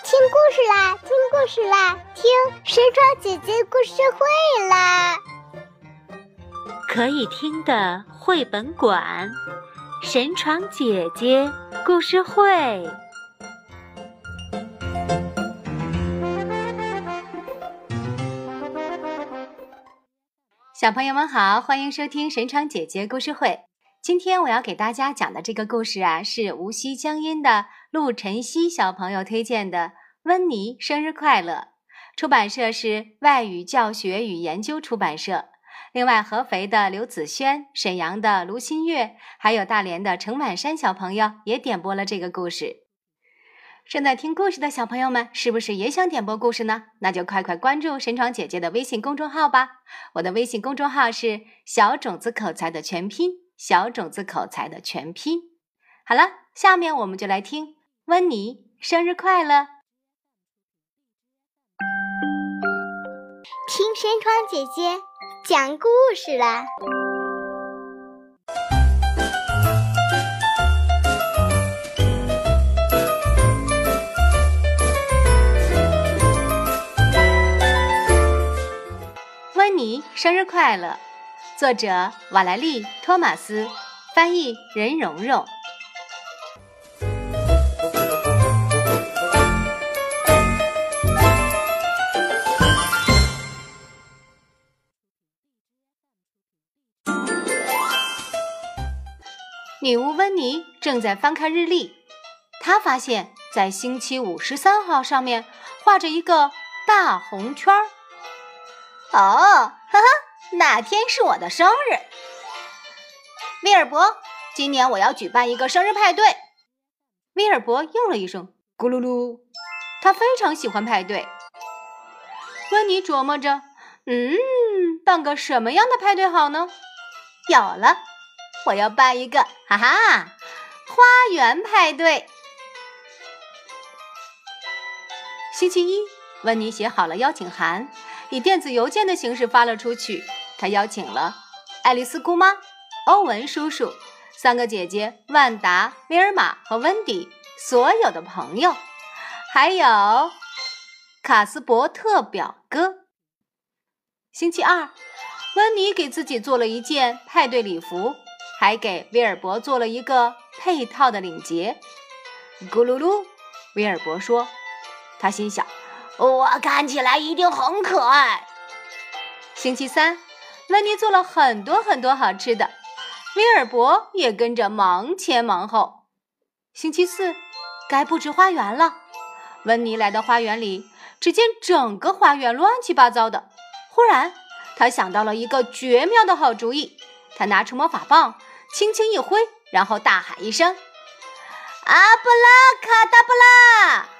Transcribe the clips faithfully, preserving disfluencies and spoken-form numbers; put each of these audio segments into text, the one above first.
听故事啦，听故事啦，听神床姐姐故事会啦！ 可以听的绘本馆，神床姐姐故事会。 小朋友们好，欢迎收听神床姐姐故事会。今天我要给大家讲的这个故事啊，是无锡江阴的陆晨曦小朋友推荐的。温妮生日快乐，出版社是外语教学与研究出版社。另外，合肥的刘子轩、沈阳的卢新月，还有大连的程婉珊小朋友也点播了这个故事。正在听故事的小朋友们，是不是也想点播故事呢？那就快快关注神床姐姐的微信公众号吧。我的微信公众号是小种子口才的全拼，小种子口才的全拼。好了，下面我们就来听温妮生日快乐。 听神床姐姐讲故事啦！ 温妮生日快乐，作者瓦莱丽·托马斯，翻译任蓉蓉。女巫温妮正在翻看日历，她发现在星期五十三号上面画着一个大红圈儿。哦，哈哈，那天是我的生日。威尔伯，今年我要举办一个生日派对。威尔伯应了一声，咕噜噜。他非常喜欢派对。温妮琢磨着，嗯，办个什么样的派对好呢？有了。我要办一个，哈哈，花园派对。星期一，温妮写好了邀请函，以电子邮件的形式发了出去。她邀请了爱丽丝姑妈、欧文叔叔、三个姐姐万达、威尔玛和温迪，所有的朋友，还有卡斯伯特表哥。星期二，温妮给自己做了一件派对礼服，还给威尔伯做了一个配套的领结。咕噜噜，威尔伯说，他心想，我看起来一定很可爱。星期三，温妮做了很多很多好吃的，威尔伯也跟着忙前忙后。星期四，该布置花园了。温妮来到花园里，只见整个花园乱七八糟的。忽然，他想到了一个绝妙的好主意，他拿出魔法棒，轻轻一挥，然后大喊一声，阿布拉卡达布拉！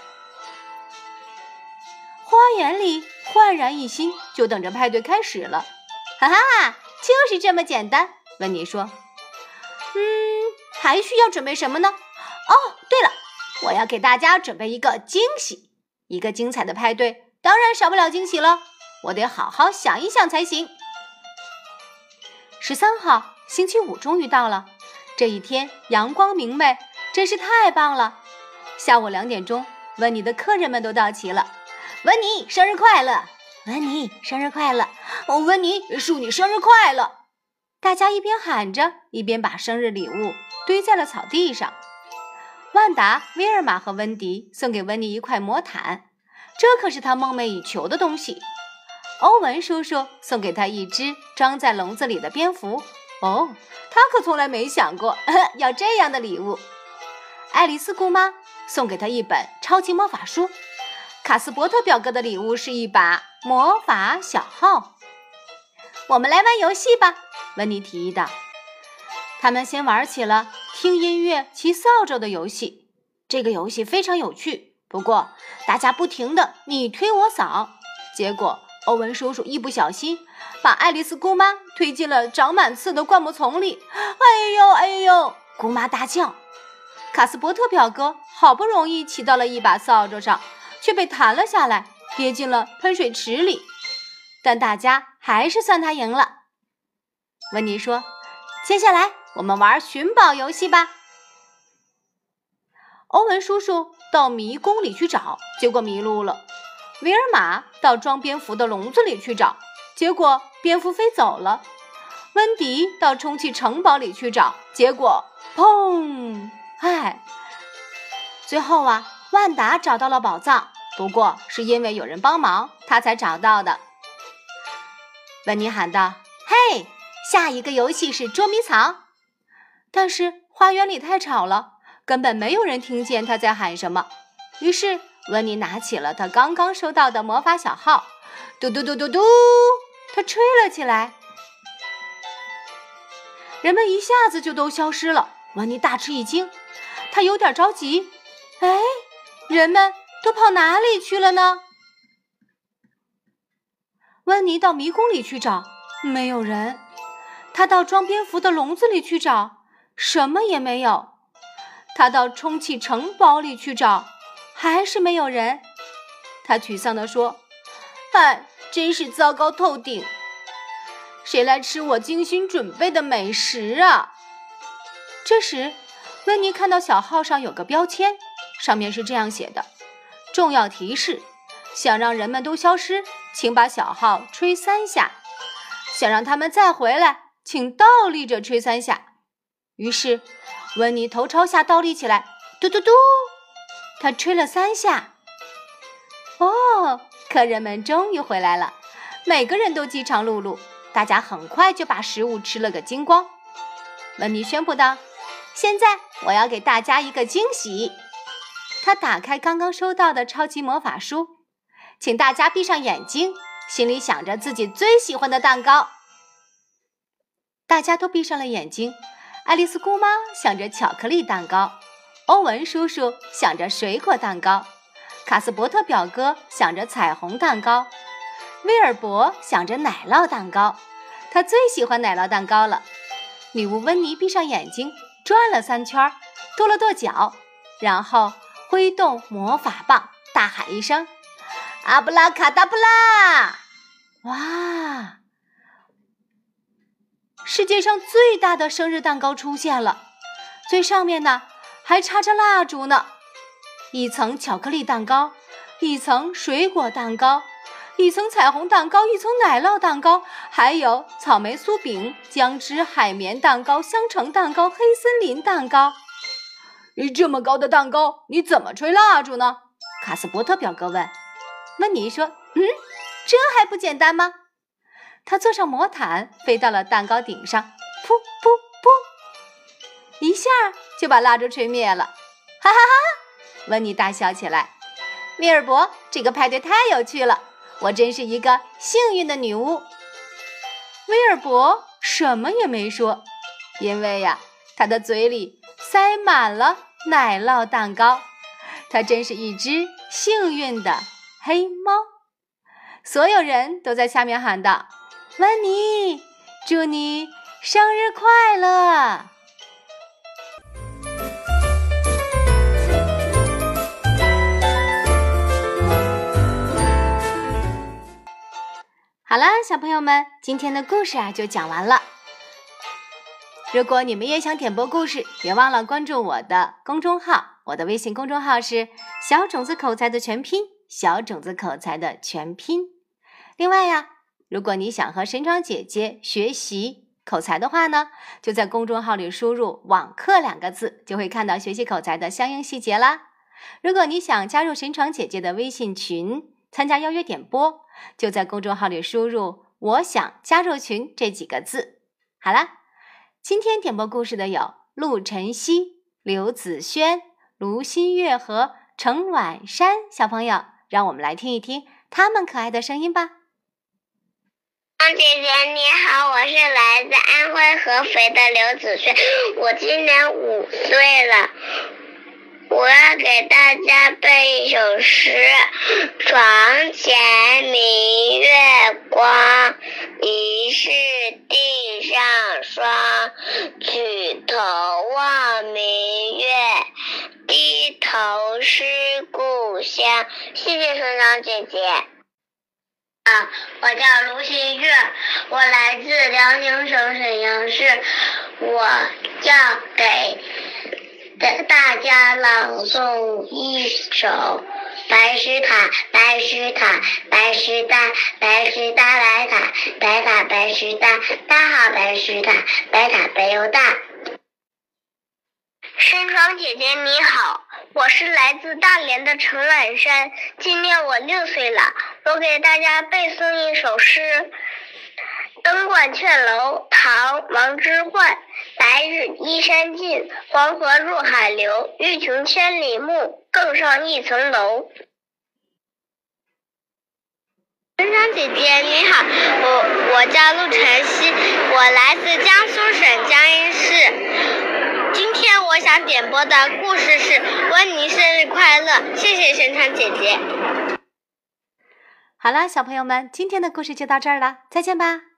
花园里焕然一新，就等着派对开始了。哈哈，就是这么简单，温妮说。嗯，还需要准备什么呢？哦，对了，我要给大家准备一个惊喜。一个精彩的派对当然少不了惊喜了，我得好好想一想才行。十三号，星期五终于到了。这一天阳光明媚，真是太棒了。下午两点钟，温妮的客人们都到齐了。温妮生日快乐，温妮生日快乐，哦，温妮祝你生日快乐。大家一边喊着，一边把生日礼物堆在了草地上。万达、威尔玛和温迪送给温妮一块魔毯，这可是他梦寐以求的东西。欧文叔叔送给他一只装在笼子里的蝙蝠，哦，他可从来没想过呵呵要这样的礼物。爱丽丝姑妈送给他一本超级魔法书，卡斯伯特表哥的礼物是一把魔法小号。我们来玩游戏吧，温妮提议道。他们先玩起了听音乐、骑扫帚的游戏。这个游戏非常有趣，不过大家不停地你推我扫，结果欧文叔叔一不小心把爱丽丝姑妈推进了长满刺的灌木丛里。哎呦哎呦，姑妈大叫。卡斯伯特表哥好不容易骑到了一把扫帚上，却被弹了下来，跌进了喷水池里。但大家还是算他赢了。温妮说，接下来我们玩寻宝游戏吧。 欧文叔叔到迷宫里去找，结果迷路了。维尔玛到装蝙蝠的笼子里去找，结果蝙蝠飞走了。温迪到充气城堡里去找，结果砰！唉，最后啊，万达找到了宝藏，不过是因为有人帮忙，他才找到的。温妮喊道：“嘿，下一个游戏是捉迷藏。”但是花园里太吵了，根本没有人听见他在喊什么。于是温妮拿起了他刚刚收到的魔法小号，嘟嘟嘟嘟嘟，他吹了起来。人们一下子就都消失了，温妮大吃一惊，他有点着急。哎，人们都跑哪里去了呢？温妮到迷宫里去找，没有人。他到装蝙蝠的笼子里去找，什么也没有。他到充气城堡里去找，还是没有人。他沮丧地说：“哎，真是糟糕透顶！谁来吃我精心准备的美食啊？”这时，温妮看到小号上有个标签，上面是这样写的：重要提示，想让人们都消失，请把小号吹三下。想让他们再回来，请倒立着吹三下。于是温妮头朝下倒立起来，嘟嘟嘟，他吹了三下。哦，客人们终于回来了，每个人都饥肠辘辘，大家很快就把食物吃了个精光。温妮宣布道：“现在我要给大家一个惊喜。”他打开刚刚收到的超级魔法书，请大家闭上眼睛，心里想着自己最喜欢的蛋糕。大家都闭上了眼睛，爱丽丝姑妈想着巧克力蛋糕，欧文叔叔想着水果蛋糕，卡斯伯特表哥想着彩虹蛋糕，威尔伯想着奶酪蛋糕，他最喜欢奶酪蛋糕了。女巫温妮闭上眼睛，转了三圈，跺了跺脚，然后挥动魔法棒，大喊一声：“阿布拉卡达布拉！”哇！世界上最大的生日蛋糕出现了，最上面呢还插着蜡烛呢，一层巧克力蛋糕，一层水果蛋糕，一层彩虹蛋糕，一层奶酪蛋糕，还有草莓酥饼、姜汁海绵蛋糕、香橙蛋糕、黑森林蛋糕。这么高的蛋糕，你怎么吹蜡烛呢？卡斯伯特表哥问。温妮说：“嗯，这还不简单吗？”他坐上魔毯，飞到了蛋糕顶上，噗噗噗，一下就把蜡烛吹灭了。哈哈哈！温妮大笑起来。威尔伯，这个派对太有趣了，我真是一个幸运的女巫。威尔伯什么也没说，因为呀，他的嘴里塞满了奶酪蛋糕。他真是一只幸运的黑猫。所有人都在下面喊道：“温妮，祝你生日快乐！”好了，小朋友们，今天的故事啊就讲完了。如果你们也想点播故事，别忘了关注我的公众号，我的微信公众号是小种子口才的全拼，小种子口才的全拼。另外呀，如果你想和神闯姐姐学习口才的话呢，就在公众号里输入网课两个字，就会看到学习口才的相应细节啦。如果你想加入神闯姐姐的微信群，参加邀约点播，就在公众号里输入我想加入群这几个字。好啦，今天点播故事的有陆晨曦、刘子轩、卢新月和程婉珊小朋友，让我们来听一听他们可爱的声音吧。 姐姐你好，我是来自安徽合肥的刘子轩，我今年五岁了。我要给大家背一首诗：床前明月光，疑是地上霜。举头望明月，低头思故乡。谢谢村长姐姐。啊，我叫卢新月，我来自辽宁省沈阳市，我要给给大家朗诵一首白石塔，白石塔，白石搭，白石搭白塔，白塔白石搭，搭好白石塔，白塔白又大。山床姐姐你好，我是来自大连的陈冉山，今年我六岁了，我给大家背诵一首诗。登鹳雀楼，唐·王之涣。白日依山尽，黄河入海流。欲穷千里目，更上一层楼。山长姐姐你好，我我叫陆晨曦，我来自江苏省江阴市。今天我想点播的故事是《温妮生日快乐》，谢谢山长姐姐。 好啦，小朋友们，今天的故事就到这儿了，再见吧。